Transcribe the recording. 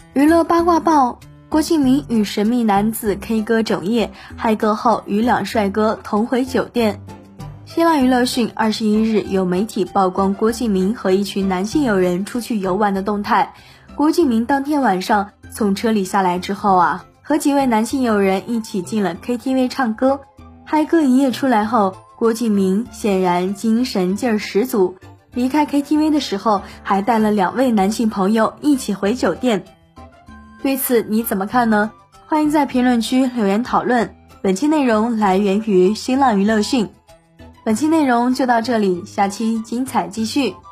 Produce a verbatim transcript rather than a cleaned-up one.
娱乐八卦报：郭敬明与神秘男子 K 歌整夜，嗨歌后与两帅哥同回酒店。新浪娱乐讯，二十一日有媒体曝光郭敬明和一群男性友人出去游玩的动态。郭敬明当天晚上从车里下来之后啊，和几位男性友人一起进了 K T V 唱歌。嗨歌一夜出来后，郭敬明显然精神劲儿十足，离开 K T V 的时候还带了两位男性朋友一起回酒店。对此你怎么看呢？欢迎在评论区留言讨论。本期内容来源于新浪娱乐讯。本期内容就到这里，下期精彩继续。